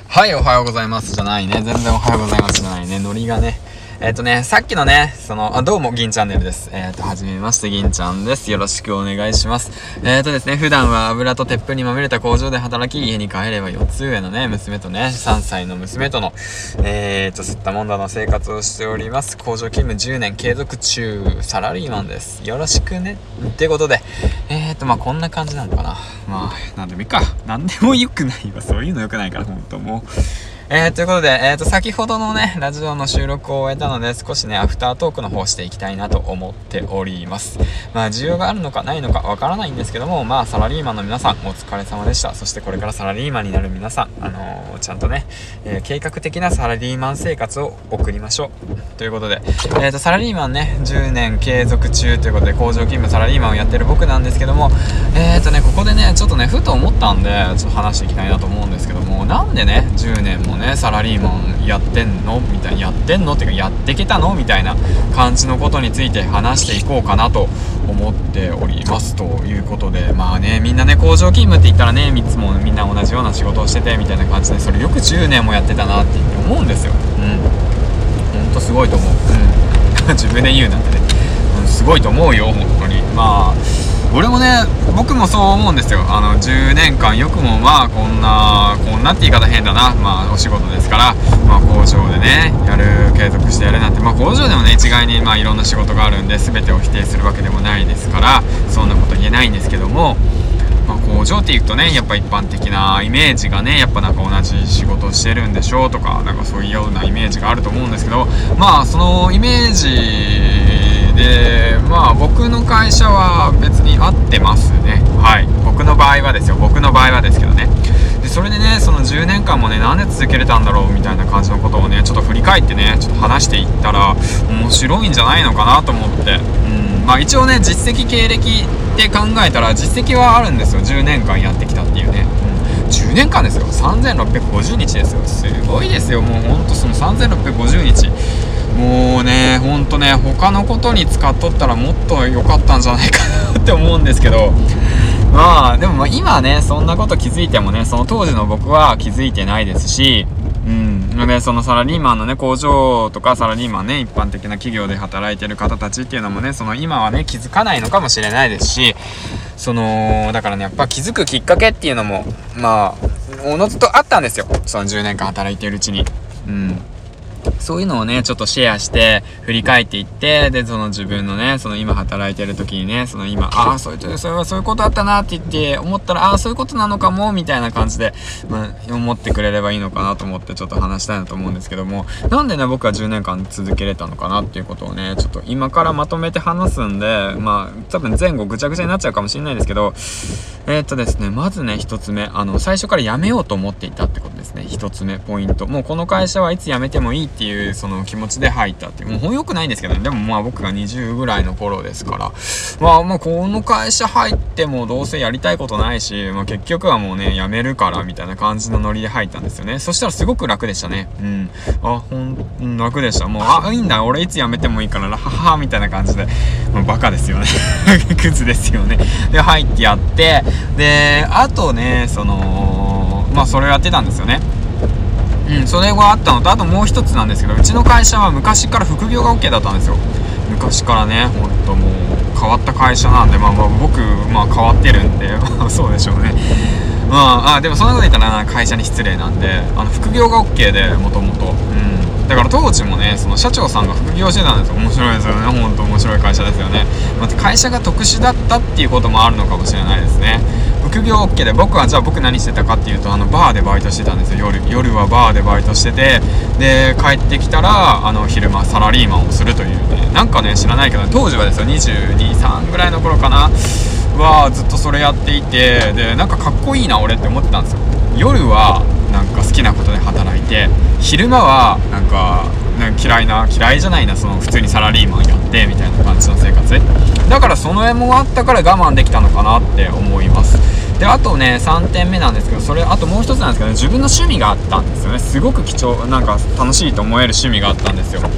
はい、おはようございますじゃないね。全然おはようございますじゃないね。ノリがね。さっきのね、どうも、銀チャンネルです。はじめまして、銀ちゃんです。よろしくお願いします。ですね、普段は油と鉄粉にまみれた工場で働き、家に帰れば4つ上のね、娘とね、3歳の娘との、吸ったもんだの生活をしております。工場勤務10年継続中、サラリーマンです。よろしくね。ってことで、こんな感じなのかな。なんでもいいか。なんでもよくないわ。そういうのよくないから、ほんともう。ということで、先ほどのね、ラジオの収録を終えたので、少しね、アフタートークの方していきたいなと思っております。需要があるのかないのかわからないんですけども、サラリーマンの皆さん、お疲れ様でした。そしてこれからサラリーマンになる皆さん、ちゃんとね、計画的なサラリーマン生活を送りましょう。ということで、サラリーマンね、10年継続中ということで、工場勤務サラリーマンをやってる僕なんですけども、ここでね、ちょっとね、ふと思ったんで、ちょっと話していきたいなと思うんですけども、なんでね、10年もね、サラリーマンやってんのみたいな、やってんのっていうか、やってきたのみたいな感じのことについて話していこうかなと思っております。ということで、みんなね、工場勤務って言ったらね、いつもみんな同じような仕事をしててみたいな感じで、それよく10年もやってたなって思うんですよ。ほんとすごいと思う。自分で言うなんてね、すごいと思うよ、本当に。俺もね、僕もそう思うんですよ。10年間よくもこんなって言い方変だな。お仕事ですから、工場でね、継続してやるなんて、工場でもね、一概にいろんな仕事があるんで、全てを否定するわけでもないですから、そんなこと言えないんですけども、工場って言うとね、やっぱ一般的なイメージがね、やっぱ同じ仕事をしてるんでしょうとか、そういうようなイメージがあると思うんですけど、そのイメージで、僕の会社は別に合ってますね。はい。僕の場合はですけどね。で、それでね、その10年間もね、なんで続けれたんだろうみたいな感じのことをね、ちょっと振り返ってね、ちょっと話していったら、面白いんじゃないのかなと思って。一応ね、実績経歴って考えたら、実績はあるんですよ。10年間やってきたっていうね。10年間ですよ。3650日ですよ。すごいですよ。もうほんとその3650日。もうね、ほんとね、他のことに使っとったらもっと良かったんじゃないかなって思うんですけど、でも今ね、そんなこと気づいてもね、その当時の僕は気づいてないですし、そのサラリーマンのね、工場とかサラリーマンね、一般的な企業で働いてる方たちっていうのもね、今はね、気づかないのかもしれないですし、だからね、やっぱ気づくきっかけっていうのも、おのずとあったんですよ。その10年間働いてるうちに。そういうのをね、ちょっとシェアして、振り返っていって、で、自分のね、今働いてる時にね、今、それはそういうことあったなって言って、思ったら、そういうことなのかも、みたいな感じで、思ってくれればいいのかなと思って、ちょっと話したいなと思うんですけども、なんでね、僕は10年間続けれたのかなっていうことをね、ちょっと今からまとめて話すんで、多分前後ぐちゃぐちゃになっちゃうかもしれないですけど、ですね、まずね、一つ目、最初から辞めようと思っていたってことですね。一つ目、ポイント。もうこの会社はいつ辞めてもいいっていうその気持ちで入ったっていう、もう良くないんですけどね。でも僕が20ぐらいの頃ですから、この会社入ってもどうせやりたいことないし、結局はもうね、辞めるからみたいな感じのノリで入ったんですよね。そしたらすごく楽でしたね。楽でした。もういいんだ、俺いつ辞めてもいいからははみたいな感じで、バカですよね。クズですよね。で、入ってやって、で、あとね、それをやってたんですよね。それがあったのと、あともう一つなんですけど、うちの会社は昔から副業が OK だったんですよ。昔からね、ほんともう変わった会社なんで、僕変わってるんでそうでしょうね。でもそんなこと言ったら会社に失礼なんで、副業が OK で、もともと。だから当時もね、その社長さんが副業してたんですよ。面白いですよね。ほんと面白い会社ですよね。会社が特殊だったっていうこともあるのかもしれないですね。副業 OK で、僕何してたかっていうと、バーでバイトしてたんですよ。夜はバーでバイトしてて、で、帰ってきたら、昼間サラリーマンをするというね、知らないけど、当時はですよ、22、3ぐらいの頃かな。ずっとそれやっていて、で、かっこいいな、俺って思ってたんですよ。夜は、好きなことで働いて、昼間は、嫌いじゃないな、普通にサラリーマンやって、みたいな感じの生活。だからその辺もあったから我慢できたのかなって思います。で、あとね、3点目なんですけど、あともう一つなんですけど、自分の趣味があったんですよね。すごく貴重、楽しいと思える趣味があったんですよ。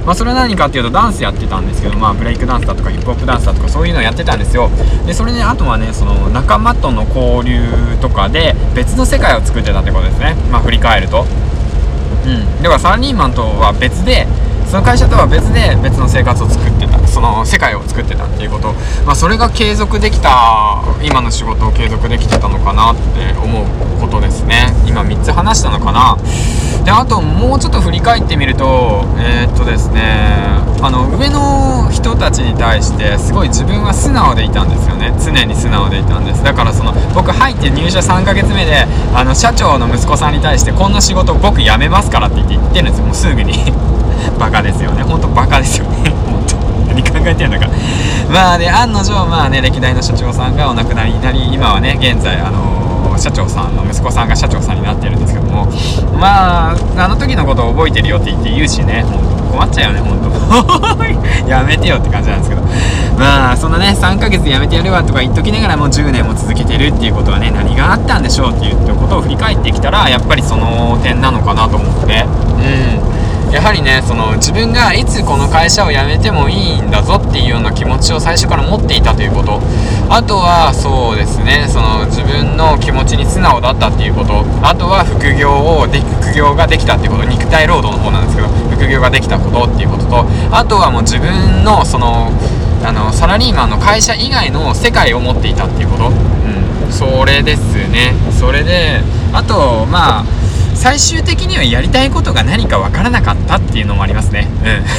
それは何かっていうとダンスやってたんですけど、ブレイクダンスだとかヒップホップダンスだとかそういうのをやってたんですよ。でそれであとはね、その仲間との交流とかで別の世界を作ってたってことですね。振り返ると、だからサラリーマンとは別で、その会社とは別で別の生活を作ってた、その世界を作ってたっていうこと、それが継続できた、今の仕事を継続できてたのかなって思うことですね。今3つ話したのかな。であともうちょっと振り返ってみるとですね、上の人たちに対してすごい自分は素直でいたんですよね。常に素直でいたんです。だから僕入って入社3ヶ月目で社長の息子さんに対してこんな仕事僕辞めますからって言ってるんですよ。もうすぐにバカですよね、本当バカですよね本当何考えてんのか。で案の定歴代の社長さんがお亡くなりになり、今はね現在社長さんの息子さんが社長さんになってるんですけども、あの時のことを覚えてるよって言うしね、本当困っちゃうよね本当やめてよって感じなんですけど、そんなね3ヶ月でやめてやるわとか言っときながらもう10年も続けてるっていうことはね、何があったんでしょうっていうことを振り返ってきたら、やっぱりその点なのかなと思って、やはりね、自分がいつこの会社を辞めてもいいんだぞっていうような気持ちを最初から持っていたということ、あとはそうですね、自分の気持ちに素直だったっていうこと、あとは副業ができたっていうこと、肉体労働の方なんですけど副業ができたことっていうことと、あとはもう自分のサラリーマンの会社以外の世界を持っていたっていうこと、それですね。それであと最終的にはやりたいことが何か分からなかったっていうのもありますね。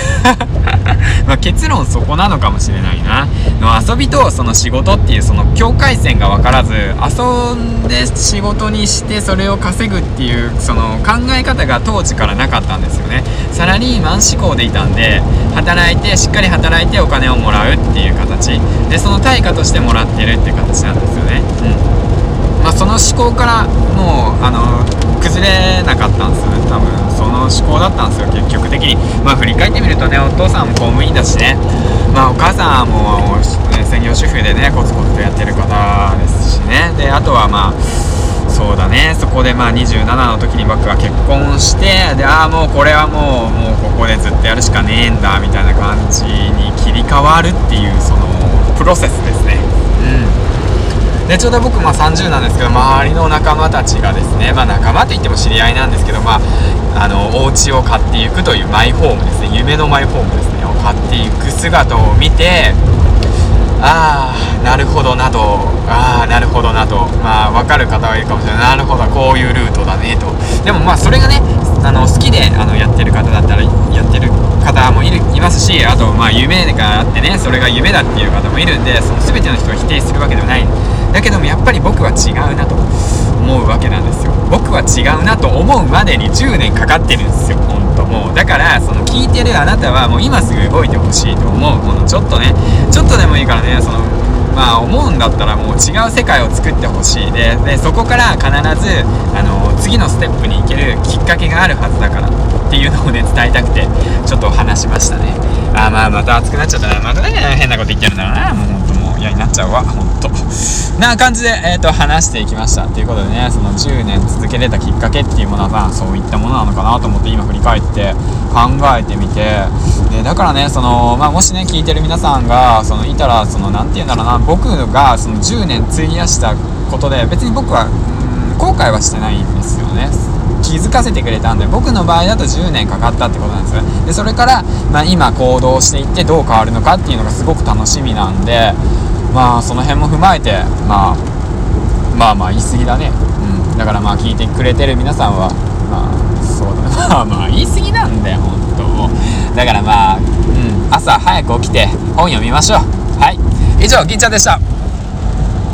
結論そこなのかもしれないな。遊びとその仕事っていうその境界線が分からず、遊んで仕事にしてそれを稼ぐっていうその考え方が当時からなかったんですよね。サラリーマン志向でいたんで、しっかり働いてお金をもらうっていう形で、その対価としてもらってるっていう形なんですよね。その思考からもう崩れなかったんですよね。多分その思考だったんですよ結局的に。振り返ってみるとね、お父さんも公務員だしね、お母さんも、専業主婦でねコツコツとやってる方ですしね。であとはそうだね、そこで27の時に僕は結婚して、でもうこれはもうここでずっとやるしかねえんだみたいな感じに切り替わるっていうそのプロセスですね。でちょうど僕30なんですけど、周りの仲間たちがですね、仲間といっても知り合いなんですけど、お家を買っていくというマイホームですね、夢のマイホームですねを買っていく姿を見て、なるほどなと、なるほどなと、分かる方はいるかもしれない。なるほど、こういうルートだねと。でもそれがね好きでやってる方だったらやってる方もいますし、あと夢があってね、それが夢だっていう方もいるんで、その全ての人を否定するわけではない。だけどもやっぱり僕は違うなと思うわけなんですよ。僕は違うなと思うまでに10年かかってるんですよ本当。もうだから聞いてるあなたはもう今すぐ動いてほしいと思うもの、ちょっとでもいいからね、思うんだったらもう違う世界を作ってほしい。でそこから必ず次のステップに行けるきっかけがあるはずだからっていうのをね伝えたくてちょっと話しましたね。また熱くなっちゃったな。また変なこと言ってるんだろうな。もう本当もう嫌になっちゃうわ本当な感じで話していきましたっていうことでね、その10年続けれたきっかけっていうものはそういったものなのかなと思って今振り返って考えてみて、でだからねもしね聞いてる皆さんがいたらなんて言うんだろうな、僕がその10年費やしたことで別に僕は後悔はしてないんですよね。気づかせてくれたんで、僕の場合だと10年かかったってことなんですよ。でそれから、今行動していってどう変わるのかっていうのがすごく楽しみなんで、その辺も踏まえて言い過ぎだね。だから聞いてくれてる皆さんはそうだね言い過ぎなんだよ本当。だから朝早く起きて本読みましょう。はい、以上銀ちゃんでした。